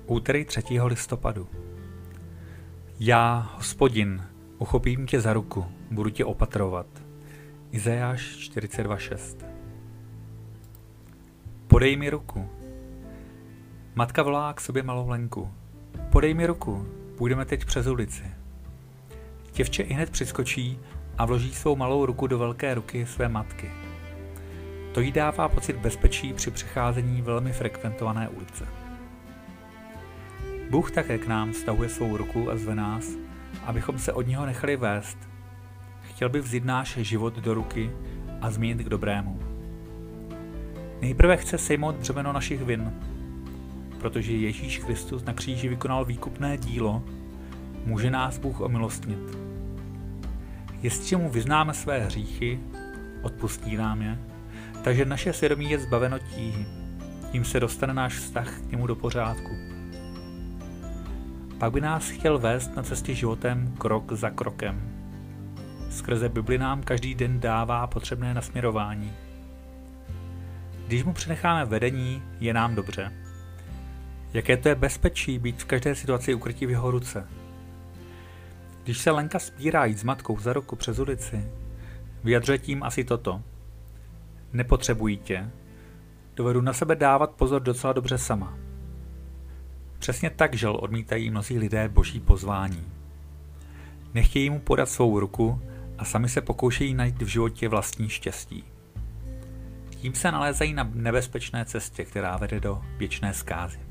Úterý 3. listopadu. Já, Hospodin, uchopím tě za ruku, budu tě opatrovat. Izajáš 42:6. Podej mi ruku. Matka volá k sobě malou Lenku. Podej mi ruku, půjdeme teď přes ulici. Děvče ihned přiskočí a vloží svou malou ruku do velké ruky své matky. To jí dává pocit bezpečí při přecházení velmi frekventované ulice. Bůh také k nám stahuje svou ruku a zve nás, abychom se od něho nechali vést. Chtěl by vzít náš život do ruky a změnit k dobrému. Nejprve chce sejmout břemeno našich vin, protože Ježíš Kristus na kříži vykonal výkupné dílo, může nás Bůh omilostnit. Jestliže mu vyznáme své hříchy, odpustí nám je, takže naše svědomí je zbaveno tíhy. Tím se dostane náš vztah k němu do pořádku. Pak by nás chtěl vést na cestě životem krok za krokem. Skrze Bibli nám každý den dává potřebné nasměrování. Když mu přenecháme vedení, je nám dobře. Jaké to je bezpečí být v každé situaci ukrytí v jeho ruce. Když se Lenka spírá jít s matkou za ruku přes ulici, vyjadřuje tím asi toto. Nepotřebuji tě, dovedu na sebe dávat pozor docela dobře sama. Přesně tak žel odmítají mnozí lidé boží pozvání. Nechtějí mu podat svou ruku a sami se pokoušejí najít v životě vlastní štěstí. Tím se nalézají na nebezpečné cestě, která vede do věčné zkázy.